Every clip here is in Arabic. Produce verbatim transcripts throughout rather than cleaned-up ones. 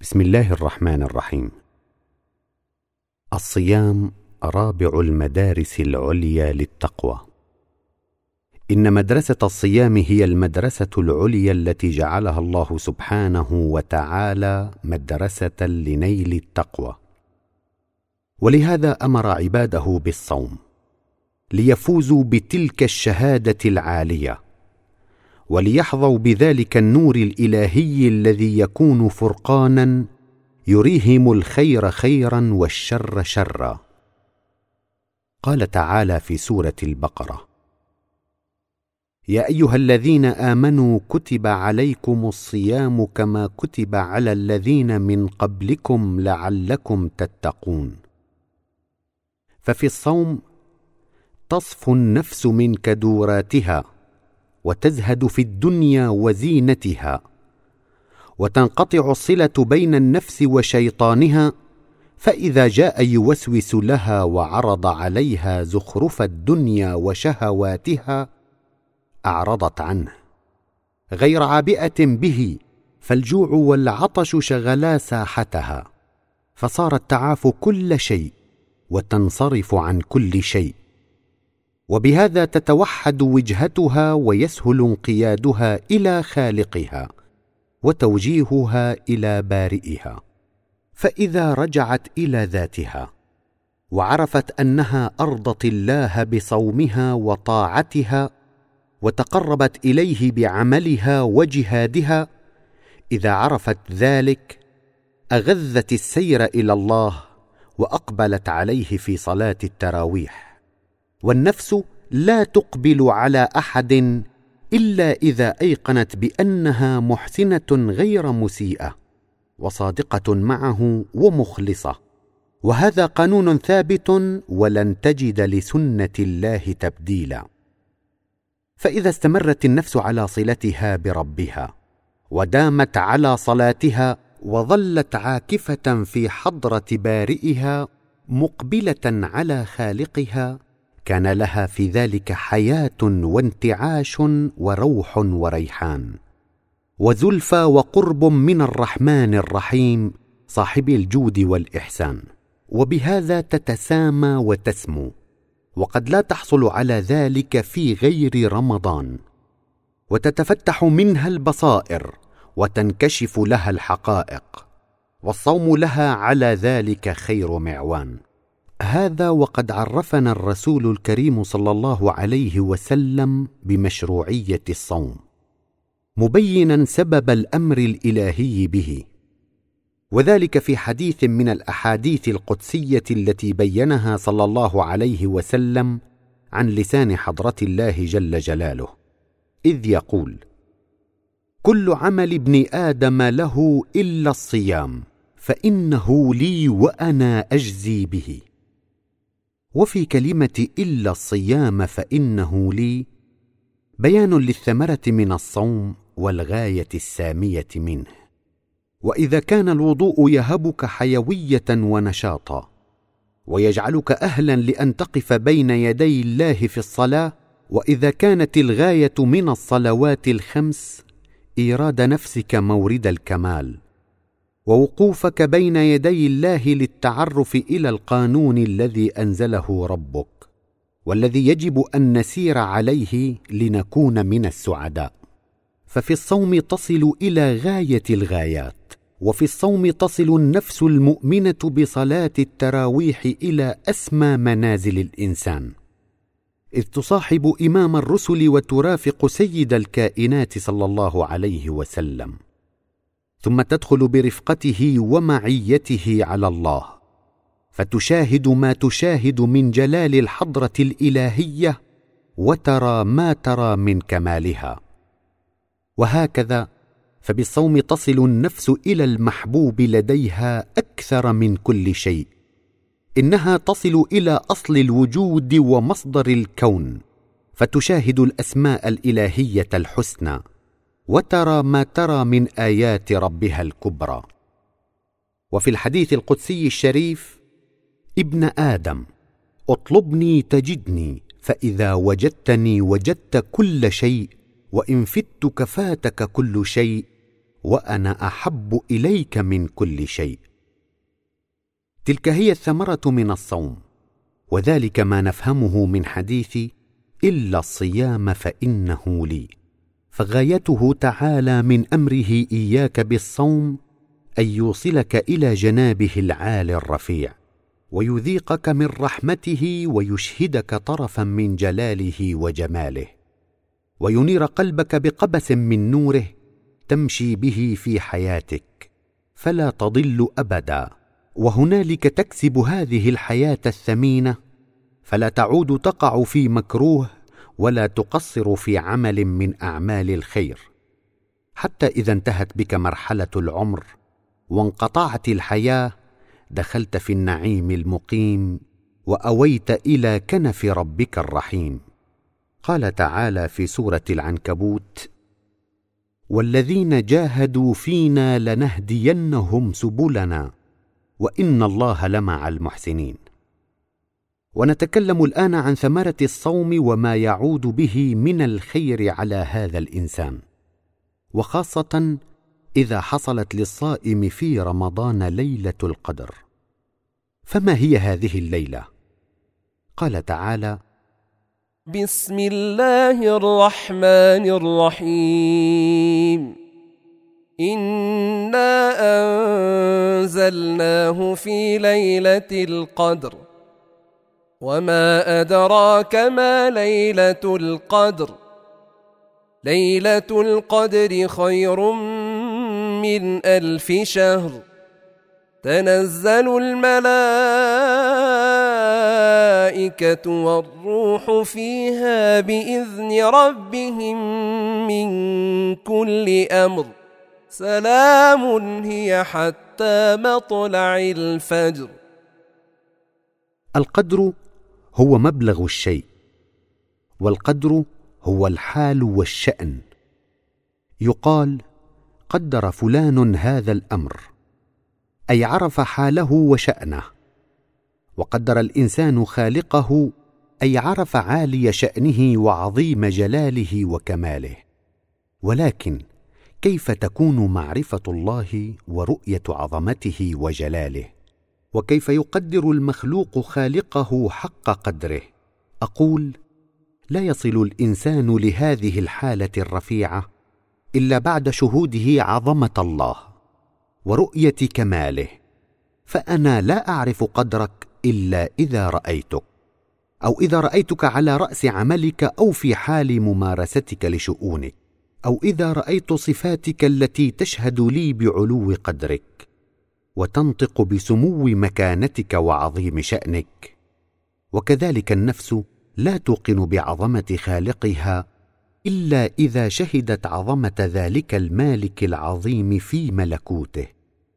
بسم الله الرحمن الرحيم. الصيام رابع المدارس العليا للتقوى. إن مدرسة الصيام هي المدرسة العليا التي جعلها الله سبحانه وتعالى مدرسة لنيل التقوى، ولهذا أمر عباده بالصوم ليفوزوا بتلك الشهادة العالية، وليحظوا بذلك النور الإلهي الذي يكون فرقانا يريهم الخير خيرا والشر شرا. قال تعالى في سورة البقرة: يا أيها الذين آمنوا كتب عليكم الصيام كما كتب على الذين من قبلكم لعلكم تتقون. ففي الصوم تصفو النفس من كدوراتها وتزهد في الدنيا وزينتها، وتنقطع الصلة بين النفس وشيطانها، فإذا جاء يوسوس لها وعرض عليها زخرف الدنيا وشهواتها أعرضت عنه، غير عابئة به، فالجوع والعطش شغلا ساحتها، فصارت تعاف كل شيء وتنصرف عن كل شيء، وبهذا تتوحد وجهتها ويسهل انقيادها إلى خالقها وتوجيهها إلى بارئها. فإذا رجعت إلى ذاتها وعرفت أنها أرضت الله بصومها وطاعتها وتقربت إليه بعملها وجهادها، إذا عرفت ذلك أغذت السير إلى الله وأقبلت عليه في صلاة التراويح. والنفس لا تقبل على أحد إلا إذا أيقنت بأنها محسنة غير مسيئة وصادقة معه ومخلصة، وهذا قانون ثابت ولن تجد لسنة الله تبديلا. فإذا استمرت النفس على صلتها بربها ودامت على صلاتها وظلت عاكفة في حضرة بارئها مقبلة على خالقها، كان لها في ذلك حياة وانتعاش وروح وريحان وزلفى وقرب من الرحمن الرحيم صاحب الجود والإحسان، وبهذا تتسامى وتسمو، وقد لا تحصل على ذلك في غير رمضان، وتتفتح منها البصائر وتنكشف لها الحقائق، والصوم لها على ذلك خير معوان. هذا وقد عرفنا الرسول الكريم صلى الله عليه وسلم بمشروعية الصوم، مبينا سبب الأمر الإلهي به، وذلك في حديث من الأحاديث القدسية التي بينها صلى الله عليه وسلم عن لسان حضرة الله جل جلاله، إذ يقول: كل عمل ابن آدم له إلا الصيام فإنه لي وأنا أجزي به. وفي كلمة إلا الصيام فإنه لي بيان للثمرة من الصوم والغاية السامية منه. وإذا كان الوضوء يهبك حيوية ونشاطا ويجعلك أهلا لأن تقف بين يدي الله في الصلاة، وإذا كانت الغاية من الصلوات الخمس إيراد نفسك مورد الكمال ووقوفك بين يدي الله للتعرف إلى القانون الذي أنزله ربك والذي يجب أن نسير عليه لنكون من السعداء، ففي الصوم تصل إلى غاية الغايات، وفي الصوم تصل النفس المؤمنة بصلاة التراويح إلى أسمى منازل الإنسان، إذ تصاحب إمام الرسل وترافق سيد الكائنات صلى الله عليه وسلم، ثم تدخل برفقته ومعيته على الله، فتشاهد ما تشاهد من جلال الحضرة الإلهية وترى ما ترى من كمالها. وهكذا فبالصوم تصل النفس إلى المحبوب لديها أكثر من كل شيء، إنها تصل إلى أصل الوجود ومصدر الكون، فتشاهد الأسماء الإلهية الحسنى وترى ما ترى من آيات ربها الكبرى. وفي الحديث القدسي الشريف: ابن آدم اطلبني تجدني، فإذا وجدتني وجدت كل شيء، وإن فدت كفاتك كل شيء، وأنا أحب إليك من كل شيء. تلك هي الثمرة من الصوم، وذلك ما نفهمه من حديث إلا الصيام فإنه لي. فغايته تعالى من أمره إياك بالصوم أن يوصلك إلى جنابه العالي الرفيع، ويذيقك من رحمته، ويشهدك طرفا من جلاله وجماله، وينير قلبك بقبس من نوره تمشي به في حياتك فلا تضل أبدا، وهنالك تكسب هذه الحياة الثمينة، فلا تعود تقع في مكروه ولا تقصر في عمل من أعمال الخير، حتى إذا انتهت بك مرحلة العمر وانقطعت الحياة دخلت في النعيم المقيم وأويت إلى كنف ربك الرحيم. قال تعالى في سورة العنكبوت: والذين جاهدوا فينا لنهدينهم سبلنا وإن الله لمع المحسنين. ونتكلم الآن عن ثمرة الصوم وما يعود به من الخير على هذا الإنسان، وخاصة إذا حصلت للصائم في رمضان ليلة القدر. فما هي هذه الليلة؟ قال تعالى: بسم الله الرحمن الرحيم. إنا أنزلناه في ليلة القدر، وما أدراك ما ليلة القدر. ليلة القدر خير من ألف شهر. تنزل الملائكة والروح فيها بإذن ربهم من كل أمر. سلام هي حتى مطلع الفجر. القدر هو مبلغ الشيء، والقدر هو الحال والشأن. يقال: قدر فلان هذا الأمر، أي عرف حاله وشأنه. وقدر الإنسان خالقه، أي عرف عالي شأنه وعظيم جلاله وكماله. ولكن كيف تكون معرفة الله ورؤية عظمته وجلاله؟ وكيف يقدر المخلوق خالقه حق قدره؟ أقول: لا يصل الإنسان لهذه الحالة الرفيعة إلا بعد شهوده عظمة الله ورؤية كماله. فأنا لا أعرف قدرك إلا إذا رأيتك، أو إذا رأيتك على رأس عملك أو في حال ممارستك لشؤونك، أو إذا رأيت صفاتك التي تشهد لي بعلو قدرك وتنطق بسمو مكانتك وعظيم شأنك. وكذلك النفس لا توقن بعظمة خالقها إلا إذا شهدت عظمة ذلك المالك العظيم في ملكوته،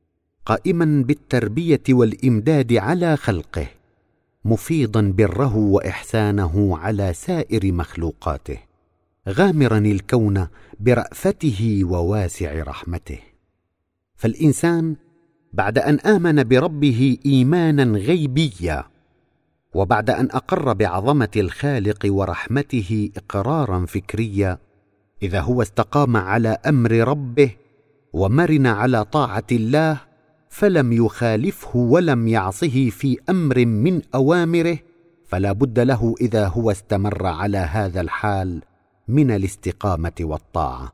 قائما بالتربية والإمداد على خلقه، مفيضا بره وإحسانه على سائر مخلوقاته، غامرا الكون برأفته وواسع رحمته. فالإنسان بعد أن آمن بربه إيمانا غيبيا، وبعد أن أقر بعظمة الخالق ورحمته إقرارا فكريا، إذا هو استقام على أمر ربه ومرن على طاعة الله، فلم يخالفه ولم يعصه في أمر من أوامره، فلا بد له إذا هو استمر على هذا الحال من الاستقامة والطاعة،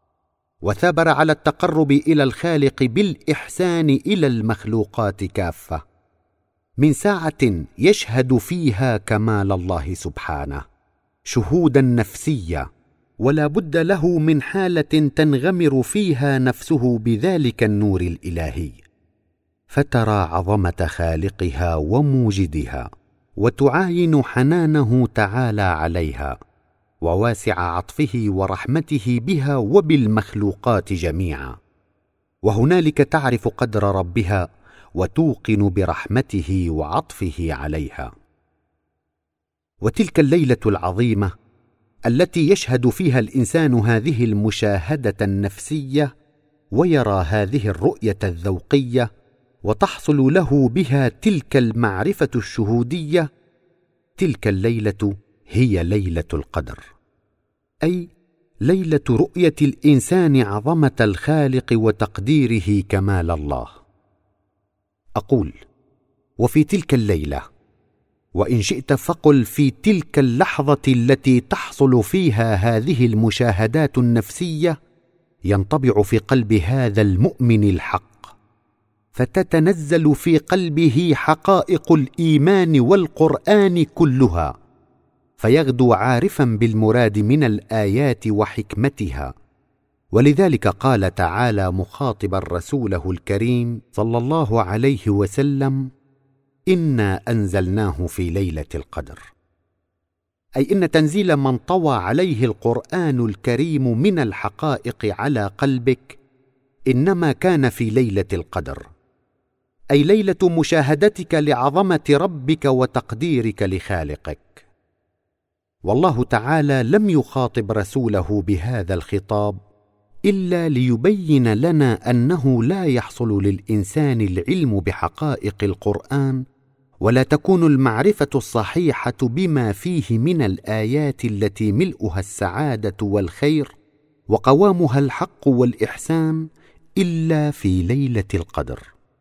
وثابر على التقرب إلى الخالق بالإحسان إلى المخلوقات كافة، من ساعة يشهد فيها كمال الله سبحانه شهودا نفسيا، ولا بد له من حالة تنغمر فيها نفسه بذلك النور الإلهي، فترى عظمة خالقها وموجدها، وتعاين حنانه تعالى عليها، وواسع عطفه ورحمته بها وبالمخلوقات جميعا. وهنالك تعرف قدر ربها وتوقن برحمته وعطفه عليها. وتلك الليلة العظيمة التي يشهد فيها الإنسان هذه المشاهدة النفسية ويرى هذه الرؤية الذوقية، وتحصل له بها تلك المعرفة الشهودية، تلك الليلة هي ليلة القدر، أي ليلة رؤية الإنسان عظمة الخالق وتقديره كمال الله. أقول: وفي تلك الليلة، وإن شئت فقل في تلك اللحظة التي تحصل فيها هذه المشاهدات النفسية، ينطبع في قلب هذا المؤمن الحق، فتتنزل في قلبه حقائق الإيمان والقرآن كلها، فيغدو عارفا بالمراد من الآيات وحكمتها. ولذلك قال تعالى مخاطبا رسوله الكريم صلى الله عليه وسلم: إنا أنزلناه في ليلة القدر، أي إن تنزيل من طوى عليه القرآن الكريم من الحقائق على قلبك إنما كان في ليلة القدر، أي ليلة مشاهدتك لعظمة ربك وتقديرك لخالقك. والله تعالى لم يخاطب رسوله بهذا الخطاب إلا ليبين لنا أنه لا يحصل للإنسان العلم بحقائق القرآن، ولا تكون المعرفة الصحيحة بما فيه من الآيات التي ملؤها السعادة والخير وقوامها الحق والإحسان إلا في ليلة القدر.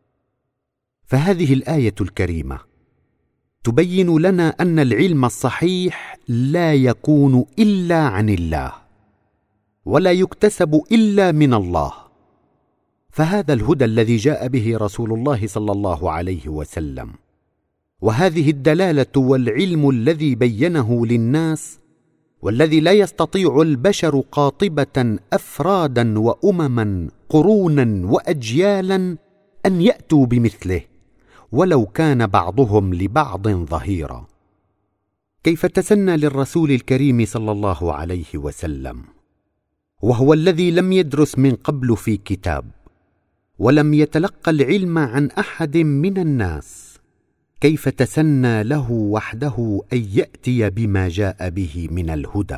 فهذه الآية الكريمة تبين لنا أن العلم الصحيح لا يكون إلا عن الله، ولا يكتسب إلا من الله. فهذا الهدى الذي جاء به رسول الله صلى الله عليه وسلم، وهذه الدلالة والعلم الذي بينه للناس، والذي لا يستطيع البشر قاطبة أفرادا وأمما قرونا وأجيالا أن يأتوا بمثله، ولو كان بعضهم لبعض ظهيرا. كيف تسنى للرسول الكريم صلى الله عليه وسلم، وهو الذي لم يدرس من قبل في كتاب، ولم يتلقى العلم عن أحد من الناس، كيف تسنى له وحده أن يأتي بما جاء به من الهدى،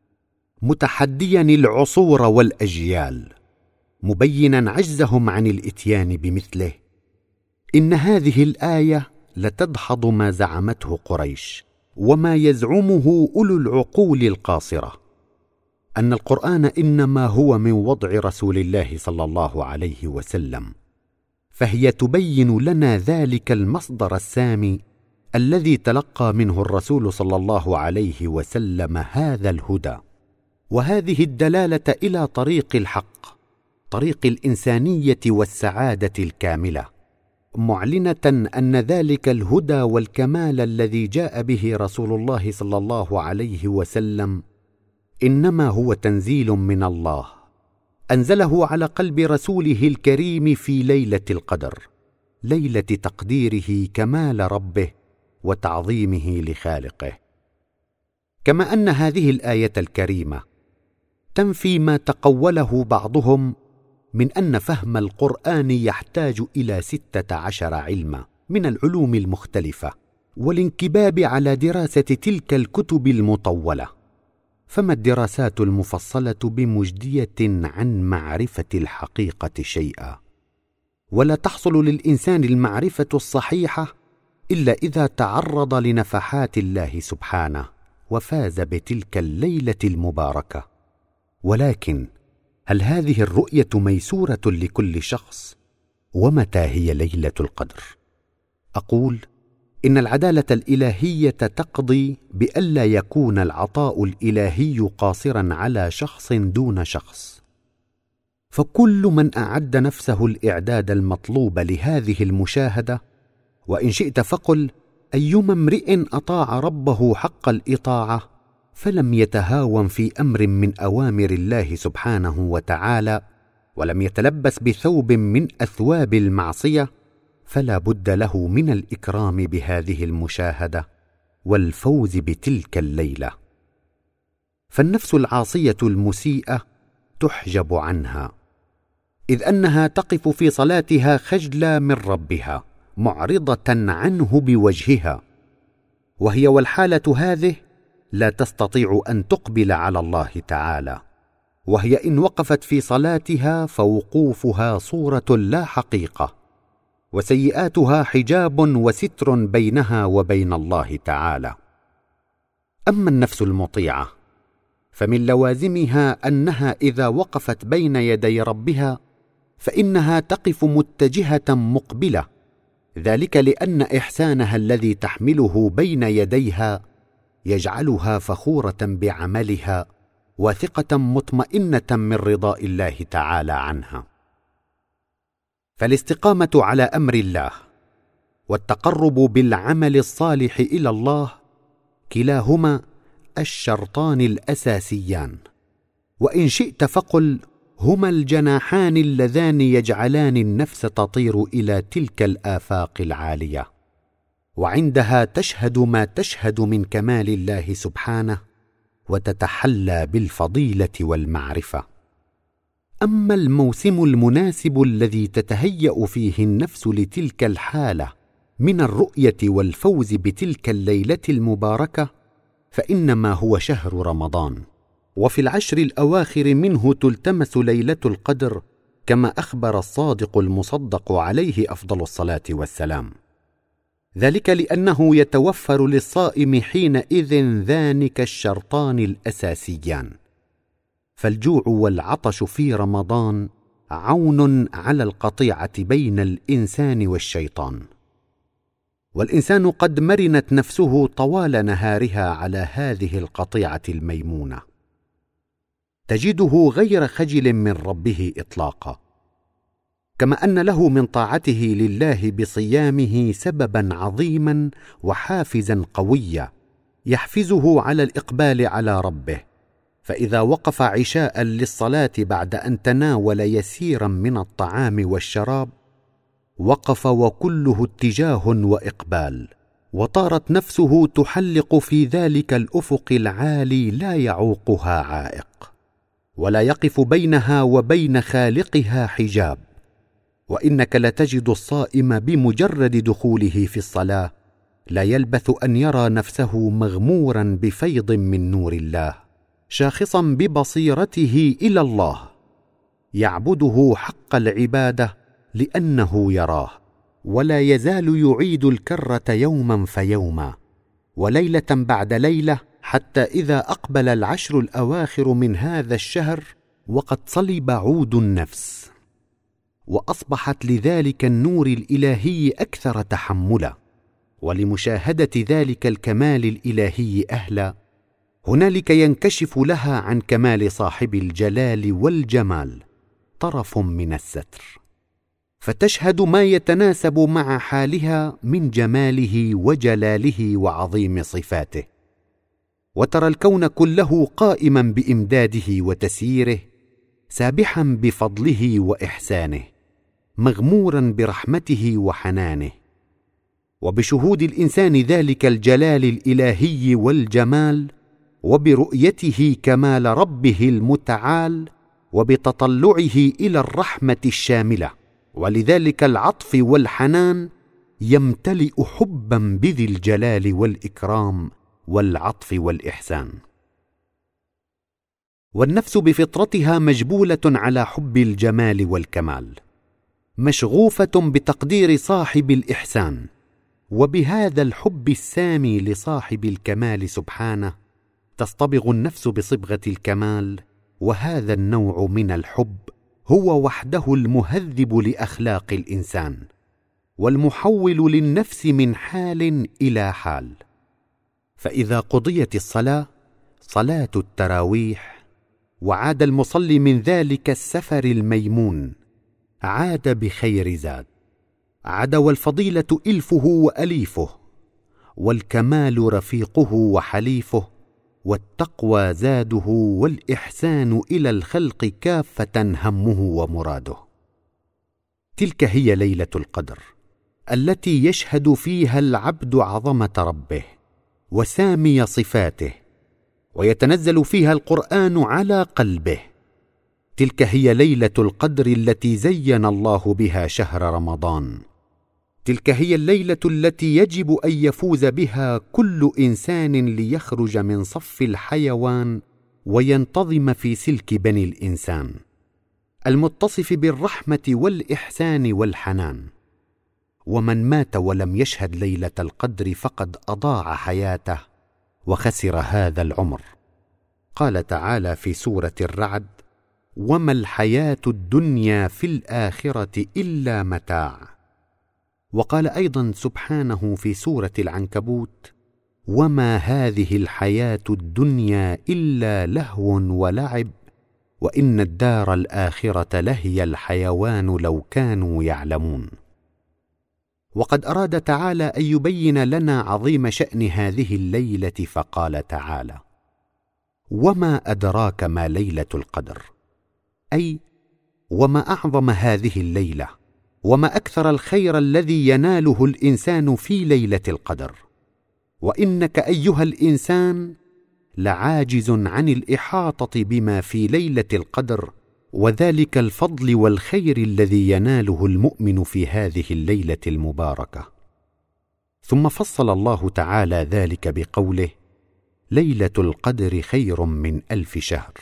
متحديا العصور والأجيال، مبينا عجزهم عن الإتيان بمثله؟ إن هذه الآية لتدحض ما زعمته قريش وما يزعمه أولو العقول القاصرة، أن القرآن إنما هو من وضع رسول الله صلى الله عليه وسلم، فهي تبين لنا ذلك المصدر السامي الذي تلقى منه الرسول صلى الله عليه وسلم هذا الهدى وهذه الدلالة إلى طريق الحق، طريق الإنسانية والسعادة الكاملة، معلنة أن ذلك الهدى والكمال الذي جاء به رسول الله صلى الله عليه وسلم إنما هو تنزيل من الله أنزله على قلب رسوله الكريم في ليلة القدر، ليلة تقديره كمال ربه وتعظيمه لخالقه. كما أن هذه الآية الكريمة تنفي ما تقوله بعضهم من أن فهم القرآن يحتاج إلى ستة عشر علما من العلوم المختلفة، والانكباب على دراسة تلك الكتب المطولة. فما الدراسات المفصلة بمجدية عن معرفة الحقيقة شيئا، ولا تحصل للإنسان المعرفة الصحيحة إلا إذا تعرض لنفحات الله سبحانه وفاز بتلك الليلة المباركة. ولكن هل هذه الرؤية ميسورة لكل شخص؟ ومتى هي ليلة القدر؟ أقول إن العدالة الإلهية تقضي بألا يكون العطاء الإلهي قاصرا على شخص دون شخص، فكل من أعد نفسه الإعداد المطلوب لهذه المشاهدة، وإن شئت فقل أيما امرئ أطاع ربه حق الإطاعة فلم يتهاون في أمر من أوامر الله سبحانه وتعالى، ولم يتلبس بثوب من أثواب المعصية، فلا بد له من الإكرام بهذه المشاهدة والفوز بتلك الليلة. فالنفس العاصية المسيئة تحجب عنها، إذ أنها تقف في صلاتها خجلة من ربها معرضة عنه بوجهها، وهي والحالة هذه لا تستطيع أن تقبل على الله تعالى، وهي إن وقفت في صلاتها فوقوفها صورة لا حقيقة، وسيئاتها حجاب وستر بينها وبين الله تعالى. أما النفس المطيعة فمن لوازمها أنها إذا وقفت بين يدي ربها فإنها تقف متجهة مقبلة، ذلك لأن إحسانها الذي تحمله بين يديها يجعلها فخورة بعملها واثقة مطمئنة من رضاء الله تعالى عنها. فالاستقامة على أمر الله والتقرب بالعمل الصالح إلى الله كلاهما الشرطان الأساسيان، وإن شئت فقل هما الجناحان اللذان يجعلان النفس تطير إلى تلك الآفاق العالية، وعندها تشهد ما تشهد من كمال الله سبحانه وتتحلى بالفضيلة والمعرفة. أما الموسم المناسب الذي تتهيأ فيه النفس لتلك الحالة من الرؤية والفوز بتلك الليلة المباركة فإنما هو شهر رمضان، وفي العشر الأواخر منه تلتمس ليلة القدر كما أخبر الصادق المصدق عليه أفضل الصلاة والسلام، ذلك لأنه يتوفر للصائم حينئذ ذانك الشرطان الأساسيان. فالجوع والعطش في رمضان عون على القطيعة بين الإنسان والشيطان، والإنسان قد مرنت نفسه طوال نهارها على هذه القطيعة الميمونة، تجده غير خجل من ربه إطلاقا، كما أن له من طاعته لله بصيامه سببا عظيما وحافزا قويا يحفزه على الإقبال على ربه. فإذا وقف عشاء للصلاة بعد أن تناول يسيرا من الطعام والشراب وقف وكله اتجاه وإقبال، وطارت نفسه تحلق في ذلك الأفق العالي لا يعوقها عائق، ولا يقف بينها وبين خالقها حجاب. وإنك لتجد الصائم بمجرد دخوله في الصلاة لا يلبث أن يرى نفسه مغمورا بفيض من نور الله، شاخصا ببصيرته إلى الله، يعبده حق العبادة لأنه يراه، ولا يزال يعيد الكرة يوما فيوما وليلة بعد ليلة، حتى إذا أقبل العشر الأواخر من هذا الشهر وقد صلب عود النفس وأصبحت لذلك النور الإلهي أكثر تحملا، ولمشاهدة ذلك الكمال الإلهي أهلا، هنالك ينكشف لها عن كمال صاحب الجلال والجمال طرف من الستر، فتشهد ما يتناسب مع حالها من جماله وجلاله وعظيم صفاته، وترى الكون كله قائما بإمداده وتسييره، سابحا بفضله وإحسانه، مغمورا برحمته وحنانه. وبشهود الإنسان ذلك الجلال الإلهي والجمال، وبرؤيته كمال ربه المتعال، وبتطلعه إلى الرحمة الشاملة ولذلك العطف والحنان، يمتلئ حبا بذي الجلال والإكرام والعطف والإحسان. والنفس بفطرتها مجبولة على حب الجمال والكمال، مشغوفة بتقدير صاحب الإحسان، وبهذا الحب السامي لصاحب الكمال سبحانه تصطبغ النفس بصبغة الكمال. وهذا النوع من الحب هو وحده المهذب لأخلاق الإنسان، والمحول للنفس من حال إلى حال. فإذا قضيت الصلاة، صلاة التراويح، وعاد المصلي من ذلك السفر الميمون، عاد بخير زاد، عاد والفضيلة إلفه وأليفه، والكمال رفيقه وحليفه، والتقوى زاده، والإحسان إلى الخلق كافة همه ومراده. تلك هي ليلة القدر التي يشهد فيها العبد عظمة ربه وسامي صفاته، ويتنزل فيها القرآن على قلبه. تلك هي ليلة القدر التي زين الله بها شهر رمضان. تلك هي الليلة التي يجب أن يفوز بها كل إنسان ليخرج من صف الحيوان وينتظم في سلك بني الإنسان، المتصف بالرحمة والإحسان والحنان. ومن مات ولم يشهد ليلة القدر فقد أضاع حياته وخسر هذا العمر. قال تعالى في سورة الرعد: وما الحياة الدنيا في الآخرة إلا متاع. وقال أيضا سبحانه في سورة العنكبوت: وما هذه الحياة الدنيا إلا لهو ولعب وإن الدار الآخرة لهي الحيوان لو كانوا يعلمون. وقد أراد تعالى أن يبين لنا عظيم شأن هذه الليلة، فقال تعالى: وما أدراك ما ليلة القدر، أي وما أعظم هذه الليلة، وما أكثر الخير الذي يناله الإنسان في ليلة القدر. وإنك أيها الإنسان لعاجز عن الإحاطة بما في ليلة القدر، وذلك الفضل والخير الذي يناله المؤمن في هذه الليلة المباركة. ثم فصل الله تعالى ذلك بقوله: ليلة القدر خير من ألف شهر.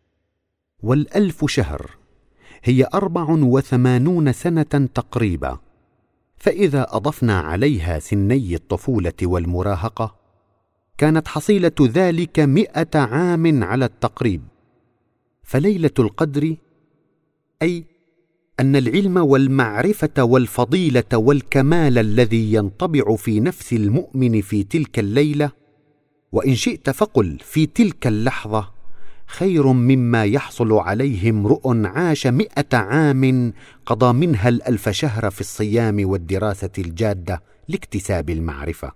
والألف شهر هي أربع وثمانون سنة تقريبا، فإذا أضفنا عليها سني الطفولة والمراهقة كانت حصيلة ذلك مئة عام على التقريب. فليلة القدر أي أن العلم والمعرفة والفضيلة والكمال الذي ينطبع في نفس المؤمن في تلك الليلة، وإن شئت فقل في تلك اللحظة، خير مما يحصل عليه امرؤ عاش مئة عام قضى منها الألف شهر في الصيام والدراسة الجادة لاكتساب المعرفة.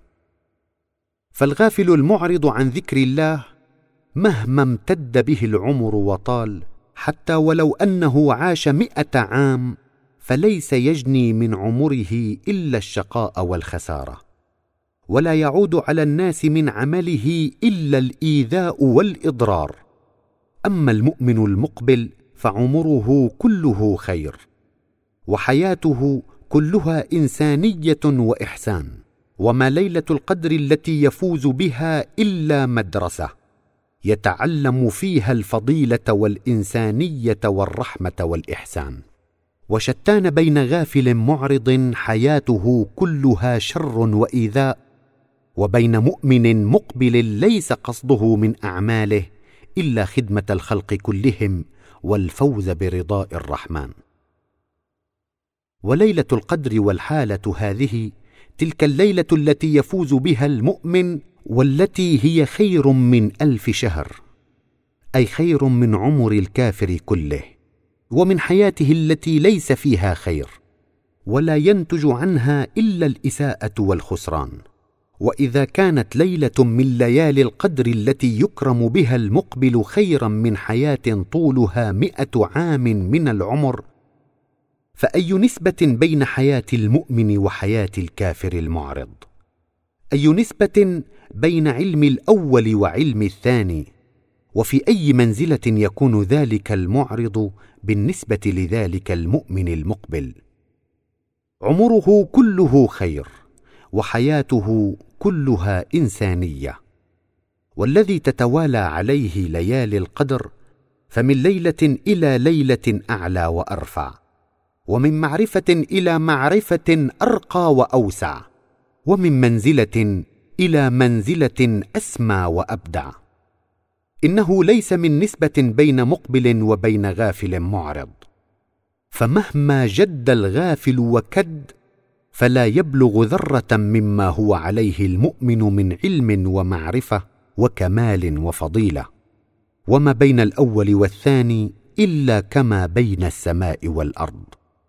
فالغافل المعرض عن ذكر الله مهما امتد به العمر وطال، حتى ولو أنه عاش مئة عام، فليس يجني من عمره إلا الشقاء والخسارة، ولا يعود على الناس من عمله إلا الإيذاء والإضرار. أما المؤمن المقبل فعمره كله خير، وحياته كلها إنسانية وإحسان، وما ليلة القدر التي يفوز بها إلا مدرسة يتعلم فيها الفضيلة والإنسانية والرحمة والإحسان. وشتان بين غافل معرض حياته كلها شر وإيذاء، وبين مؤمن مقبل ليس قصده من أعماله إلا خدمة الخلق كلهم والفوز برضاء الرحمن. وليلة القدر والحالة هذه تلك الليلة التي يفوز بها المؤمن، والتي هي خير من ألف شهر، أي خير من عمر الكافر كله، ومن حياته التي ليس فيها خير، ولا ينتج عنها إلا الإساءة والخسران. وإذا كانت ليلة من ليالي القدر التي يكرم بها المقبل خيرا من حياة طولها مئة عام من العمر، فأي نسبة بين حياة المؤمن وحياة الكافر المعرض؟ أي نسبة بين علم الأول وعلم الثاني؟ وفي أي منزلة يكون ذلك المعرض بالنسبة لذلك المؤمن المقبل؟ عمره كله خير، وحياته كلها إنسانية. والذي تتوالى عليه ليالي القدر فمن ليلة إلى ليلة أعلى وأرفع، ومن معرفة إلى معرفة أرقى وأوسع، ومن منزلة إلى منزلة أسمى وأبدع. إنه ليس من نسبة بين مقبل وبين غافل معرض، فمهما جد الغافل وكد فلا يبلغ ذرة مما هو عليه المؤمن من علم ومعرفة وكمال وفضيلة. وما بين الأول والثاني إلا كما بين السماء والأرض.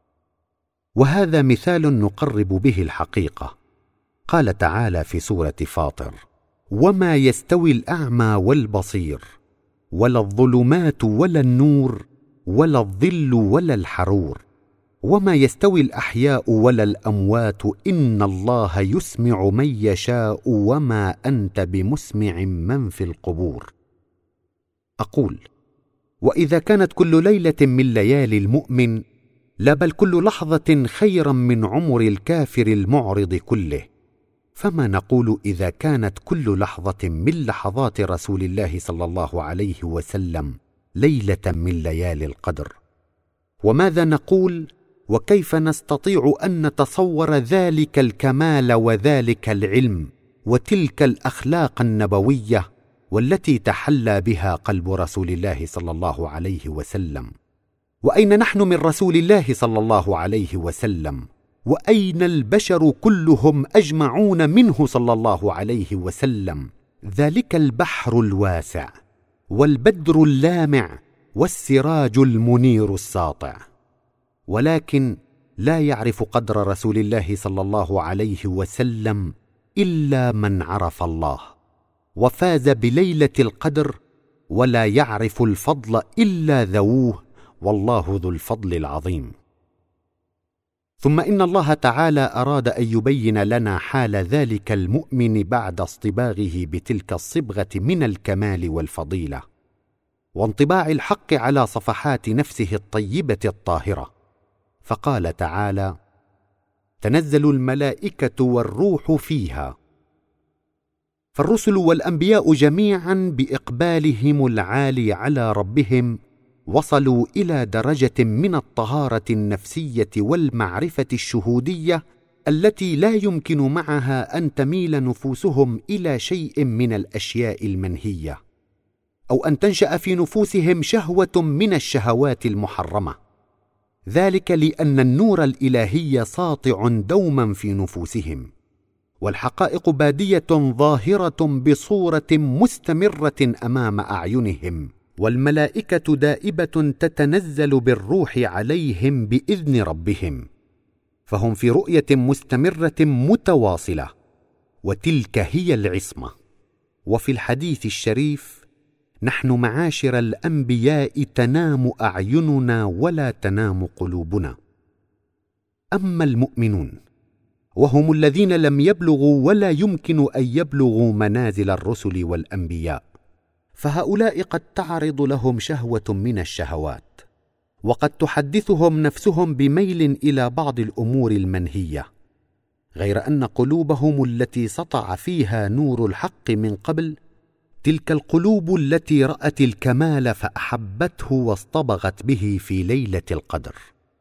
وهذا مثال نقرب به الحقيقة. قال تعالى في سورة فاطر: وما يستوي الأعمى والبصير، ولا الظلمات ولا النور، ولا الظل ولا الحرور، وما يستوي الأحياء ولا الأموات، إن الله يسمع من يشاء وما أنت بمسمع من في القبور. أقول: وإذا كانت كل ليلة من ليالي المؤمن، لا بل كل لحظة خيرا من عمر الكافر المعرض كله، فما نقول إذا كانت كل لحظة من لحظات رسول الله صلى الله عليه وسلم ليلة من ليالي القدر؟ وماذا نقول وكيف نستطيع أن نتصور ذلك الكمال وذلك العلم وتلك الأخلاق النبوية والتي تحلى بها قلب رسول الله صلى الله عليه وسلم. وأين نحن من رسول الله صلى الله عليه وسلم؟ وأين البشر كلهم أجمعون منه صلى الله عليه وسلم؟ ذلك البحر الواسع والبدر اللامع والسراج المنير الساطع. ولكن لا يعرف قدر رسول الله صلى الله عليه وسلم إلا من عرف الله وفاز بليلة القدر، ولا يعرف الفضل إلا ذووه، والله ذو الفضل العظيم. ثم إن الله تعالى أراد أن يبين لنا حال ذلك المؤمن بعد اصطباغه بتلك الصبغة من الكمال والفضيلة وانطباع الحق على صفحات نفسه الطيبة الطاهرة، فقال تعالى: تنزل الملائكة والروح فيها. فالرسل والأنبياء جميعا بإقبالهم العالي على ربهم وصلوا إلى درجة من الطهارة النفسية والمعرفة الشهودية التي لا يمكن معها أن تميل نفوسهم إلى شيء من الأشياء المنهية، أو أن تنشأ في نفوسهم شهوة من الشهوات المحرمة، ذلك لأن النور الإلهي ساطع دوما في نفوسهم، والحقائق بادية ظاهرة بصورة مستمرة أمام أعينهم، والملائكة دائبة تتنزل بالروح عليهم بإذن ربهم، فهم في رؤية مستمرة متواصلة، وتلك هي العصمة. وفي الحديث الشريف: نحن معاشر الأنبياء تنام أعيننا ولا تنام قلوبنا. أما المؤمنون وهم الذين لم يبلغوا ولا يمكن أن يبلغوا منازل الرسل والأنبياء، فهؤلاء قد تعرض لهم شهوة من الشهوات، وقد تحدثهم نفسهم بميل إلى بعض الأمور المنهية، غير أن قلوبهم التي سطع فيها نور الحق من قبل تلك القلوب التي رأت الكمال فأحبته واصطبغت به في ليلة القدر،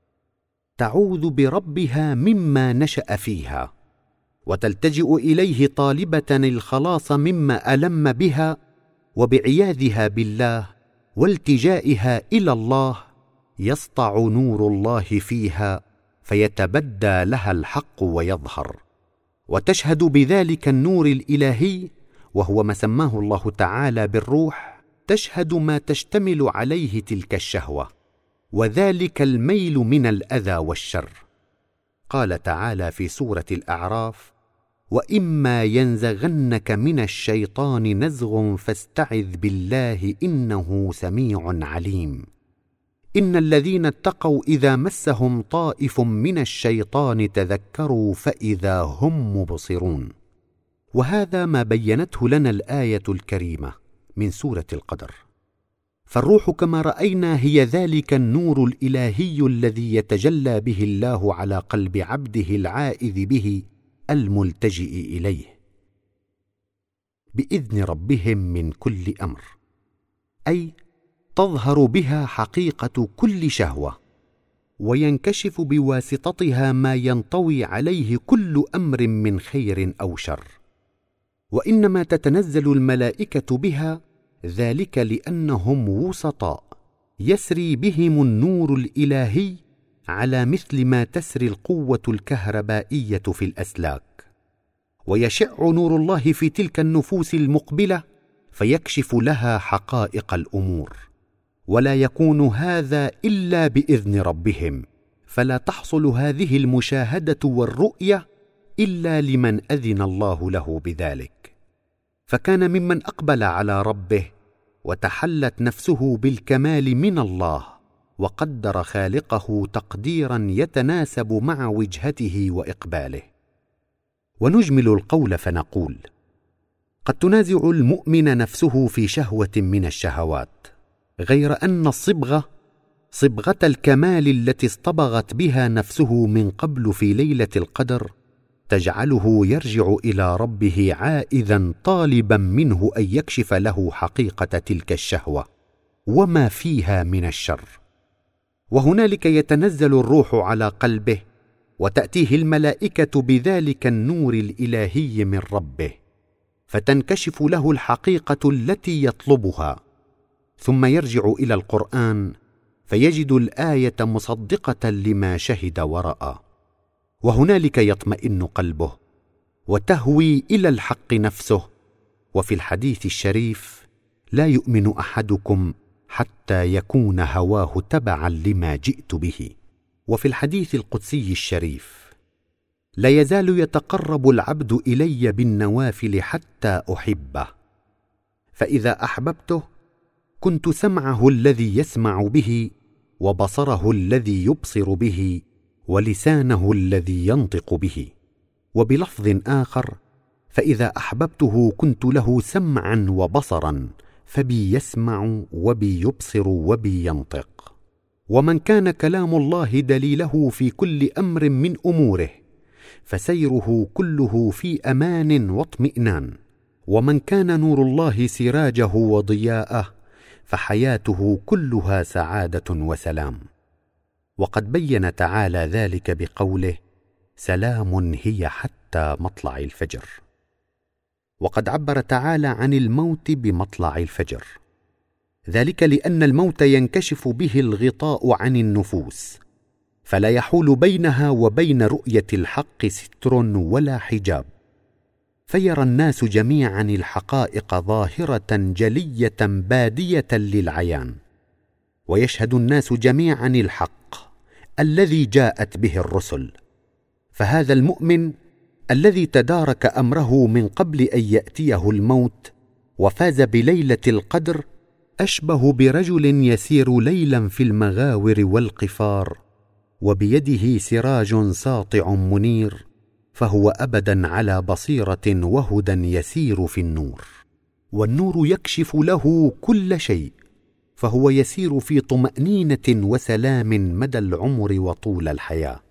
تعوذ بربها مما نشأ فيها، وتلتجئ إليه طالبة الخلاص مما ألم بها، وبعياذها بالله والتجائها إلى الله يسطع نور الله فيها فيتبدى لها الحق ويظهر، وتشهد بذلك النور الإلهي، وهو ما سماه الله تعالى بالروح، تشهد ما تشتمل عليه تلك الشهوة، وذلك الميل من الأذى والشر. قال تعالى في سورة الأعراف: وإما ينزغنك من الشيطان نزغ فاستعذ بالله إنه سميع عليم. إن الذين اتقوا إذا مسهم طائف من الشيطان تذكروا فإذا هم مبصرون. وهذا ما بينته لنا الآية الكريمة من سورة القدر. فالروح كما رأينا هي ذلك النور الإلهي الذي يتجلى به الله على قلب عبده العائذ به الملتجئ إليه بإذن ربهم من كل أمر، أي تظهر بها حقيقة كل شهوة، وينكشف بواسطتها ما ينطوي عليه كل أمر من خير أو شر. وإنما تتنزل الملائكة بها ذلك لأنهم وسطاء يسري بهم النور الإلهي على مثل ما تسري القوة الكهربائية في الأسلاك، ويشع نور الله في تلك النفوس المقبلة فيكشف لها حقائق الأمور، ولا يكون هذا إلا بإذن ربهم، فلا تحصل هذه المشاهدة والرؤية إلا لمن أذن الله له بذلك. فكان ممن أقبل على ربه وتحلت نفسه بالكمال من الله، وقدر خالقه تقديرا يتناسب مع وجهته وإقباله. ونجمل القول فنقول: قد تنازع المؤمن نفسه في شهوة من الشهوات، غير أن الصبغة صبغة الكمال التي اصطبغت بها نفسه من قبل في ليلة القدر تجعله يرجع إلى ربه عائذا طالبا منه أن يكشف له حقيقة تلك الشهوة وما فيها من الشر. وهنالك يتنزل الروح على قلبه، وتأتيه الملائكة بذلك النور الإلهي من ربه، فتنكشف له الحقيقة التي يطلبها، ثم يرجع إلى القرآن فيجد الآية مصدقة لما شهد ورأى، وهنالك يطمئن قلبه وتهوي إلى الحق نفسه. وفي الحديث الشريف: لا يؤمن أحدكم حتى يكون هواه تبعا لما جئت به. وفي الحديث القدسي الشريف: لا يزال يتقرب العبد إلي بالنوافل حتى أحبه، فإذا أحببته كنت سمعه الذي يسمع به، وبصره الذي يبصر به، ولسانه الذي ينطق به. وبلفظ آخر: فإذا أحببته كنت له سمعا وبصرا، فبي يسمع وبي يبصر وبي ينطق. ومن كان كلام الله دليله في كل أمر من أموره فسيره كله في أمان واطمئنان. ومن كان نور الله سراجه وضياءه فحياته كلها سعادة وسلام. وقد بين تعالى ذلك بقوله: سلام هي حتى مطلع الفجر. وقد عبر تعالى عن الموت بمطلع الفجر، ذلك لأن الموت ينكشف به الغطاء عن النفوس، فلا يحول بينها وبين رؤية الحق ستر ولا حجاب، فيرى الناس جميعا الحقائق ظاهرة جلية بادية للعيان، ويشهد الناس جميعا الحق الذي جاءت به الرسل. فهذا المؤمن الذي تدارك أمره من قبل أن يأتيه الموت وفاز بليلة القدر أشبه برجل يسير ليلا في المغاور والقفار، وبيده سراج ساطع منير، فهو أبدا على بصيرة وهدى يسير في النور، والنور يكشف له كل شيء، فهو يسير في طمأنينة وسلام مدى العمر وطول الحياة،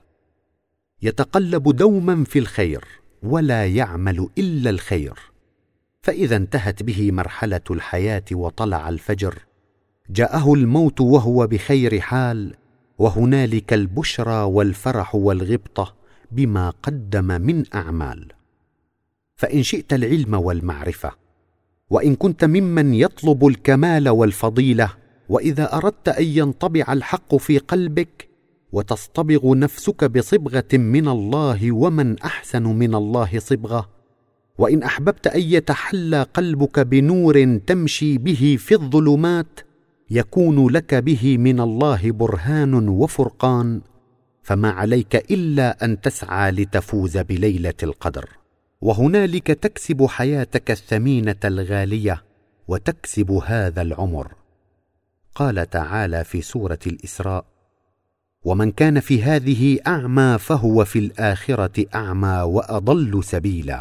يتقلب دوما في الخير ولا يعمل إلا الخير. فإذا انتهت به مرحلة الحياة وطلع الفجر جاءه الموت وهو بخير حال، وهنالك البشرى والفرح والغبطة بما قدم من أعمال. فإن شئت العلم والمعرفة، وإن كنت ممن يطلب الكمال والفضيلة، وإذا أردت أن ينطبع الحق في قلبك وتصطبغ نفسك بصبغة من الله، ومن أحسن من الله صبغة، وإن أحببت أن يتحلى قلبك بنور تمشي به في الظلمات يكون لك به من الله برهان وفرقان، فما عليك إلا أن تسعى لتفوز بليلة القدر، وهنالك تكسب حياتك الثمينة الغالية وتكسب هذا العمر. قال تعالى في سورة الإسراء: ومن كان في هذه أعمى فهو في الآخرة أعمى وأضل سبيلا.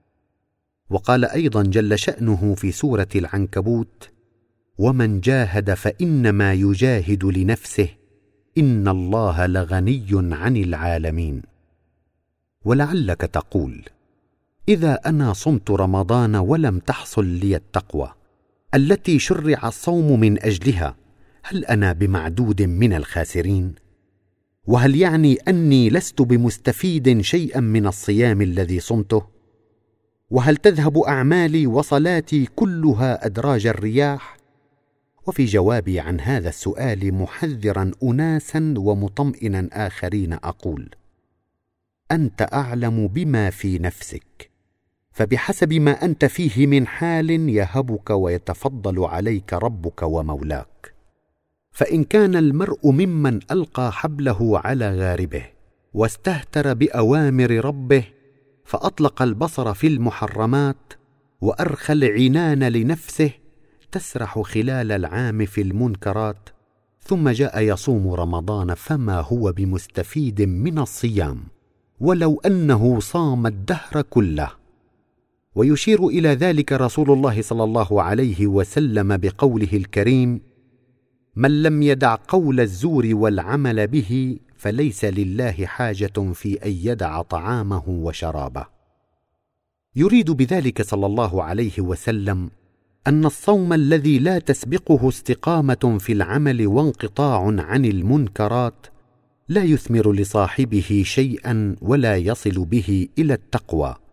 وقال أيضا جل شأنه في سورة العنكبوت: ومن جاهد فإنما يجاهد لنفسه إن الله لغني عن العالمين. ولعلك تقول: إذا أنا صمت رمضان ولم تحصل لي التقوى التي شرع الصوم من أجلها، هل أنا بمعدود من الخاسرين؟ وهل يعني أني لست بمستفيد شيئا من الصيام الذي صمته؟ وهل تذهب أعمالي وصلاتي كلها أدراج الرياح؟ وفي جوابي عن هذا السؤال محذرا أناسا ومطمئنا آخرين أقول: أنت أعلم بما في نفسك، فبحسب ما أنت فيه من حال يهبك ويتفضل عليك ربك ومولاك. فإن كان المرء ممن ألقى حبله على غاربه واستهتر بأوامر ربه، فأطلق البصر في المحرمات وأرخى العنان لنفسه، تسرح خلال العام في المنكرات، ثم جاء يصوم رمضان فما هو بمستفيد من الصيام ولو أنه صام الدهر كله. ويشير إلى ذلك رسول الله صلى الله عليه وسلم بقوله الكريم: من لم يدع قول الزور والعمل به فليس لله حاجة في أن يدع طعامه وشرابه. يريد بذلك صلى الله عليه وسلم أن الصوم الذي لا تسبقه استقامة في العمل وانقطاع عن المنكرات لا يثمر لصاحبه شيئا ولا يصل به إلى التقوى،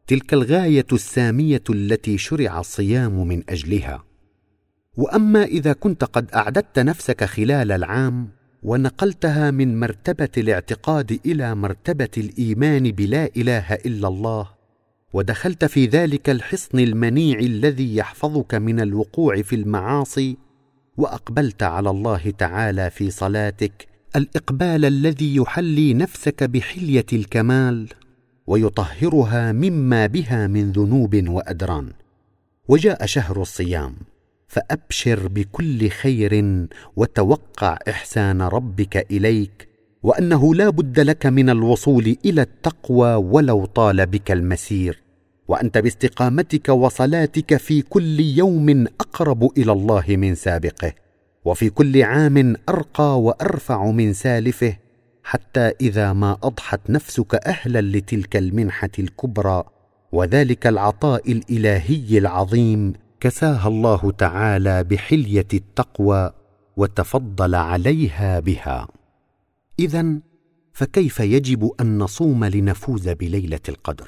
تلك الغاية السامية التي شرع الصيام من أجلها. وأما إذا كنت قد أعددت نفسك خلال العام ونقلتها من مرتبة الاعتقاد إلى مرتبة الإيمان بلا إله إلا الله، ودخلت في ذلك الحصن المنيع الذي يحفظك من الوقوع في المعاصي، وأقبلت على الله تعالى في صلاتك الإقبال الذي يحلي نفسك بحلية الكمال ويطهرها مما بها من ذنوب وأدران، وجاء شهر الصيام، فأبشر بكل خير وتوقع إحسان ربك إليك، وأنه لا بد لك من الوصول إلى التقوى ولو طال بك المسير، وأنت باستقامتك وصلاتك في كل يوم أقرب إلى الله من سابقه، وفي كل عام أرقى وأرفع من سالفه، حتى إذا ما أضحت نفسك أهلا لتلك المنحة الكبرى وذلك العطاء الإلهي العظيم، كساها الله تعالى بحلية التقوى وتفضل عليها بها. إذن فكيف يجب أن نصوم لنفوز بليلة القدر؟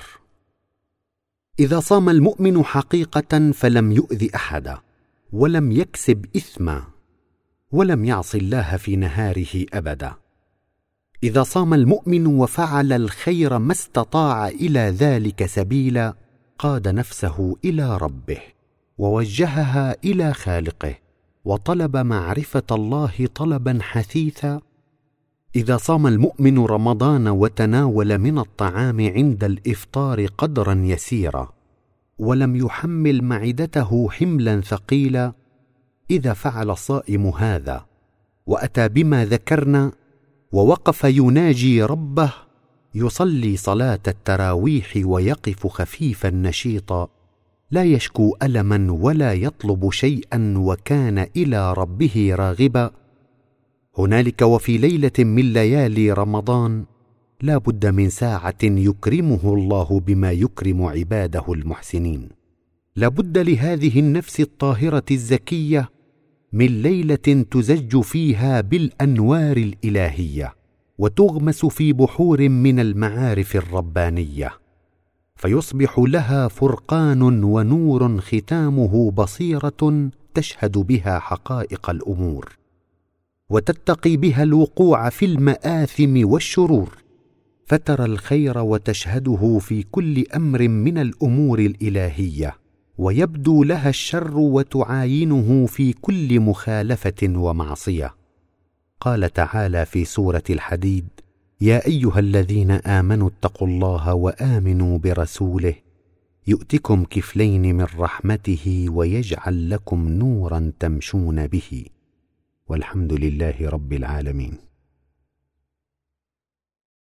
إذا صام المؤمن حقيقة فلم يؤذ أحدا، ولم يكسب إثما، ولم يعص الله في نهاره أبدا. إذا صام المؤمن وفعل الخير ما استطاع إلى ذلك سبيلا، قاد نفسه إلى ربه ووجهها إلى خالقه وطلب معرفة الله طلبا حثيثا. إذا صام المؤمن رمضان وتناول من الطعام عند الإفطار قدرا يسيرا ولم يحمل معدته حملا ثقيلا، إذا فعل الصائم هذا وأتى بما ذكرنا ووقف يناجي ربه، يصلي صلاة التراويح ويقف خفيفا نشيطا، لا يشكو ألما ولا يطلب شيئا وكان إلى ربه راغبا، هنالك وفي ليلة من ليالي رمضان لا بد من ساعة يكرمه الله بما يكرم عباده المحسنين. لا بد لهذه النفس الطاهرة الزكية من ليلة تزج فيها بالأنوار الإلهية وتغمس في بحور من المعارف الربانية، فيصبح لها فرقان ونور ختامه بصيرة تشهد بها حقائق الأمور، وتتقي بها الوقوع في المآثم والشرور، فترى الخير وتشهده في كل أمر من الأمور الإلهية، ويبدو لها الشر وتعاينه في كل مخالفة ومعصية. قال تعالى في سورة الحديد: يا أيها الذين آمنوا اتقوا الله وآمنوا برسوله يؤتكم كفلين من رحمته ويجعل لكم نورا تمشون به، والحمد لله رب العالمين.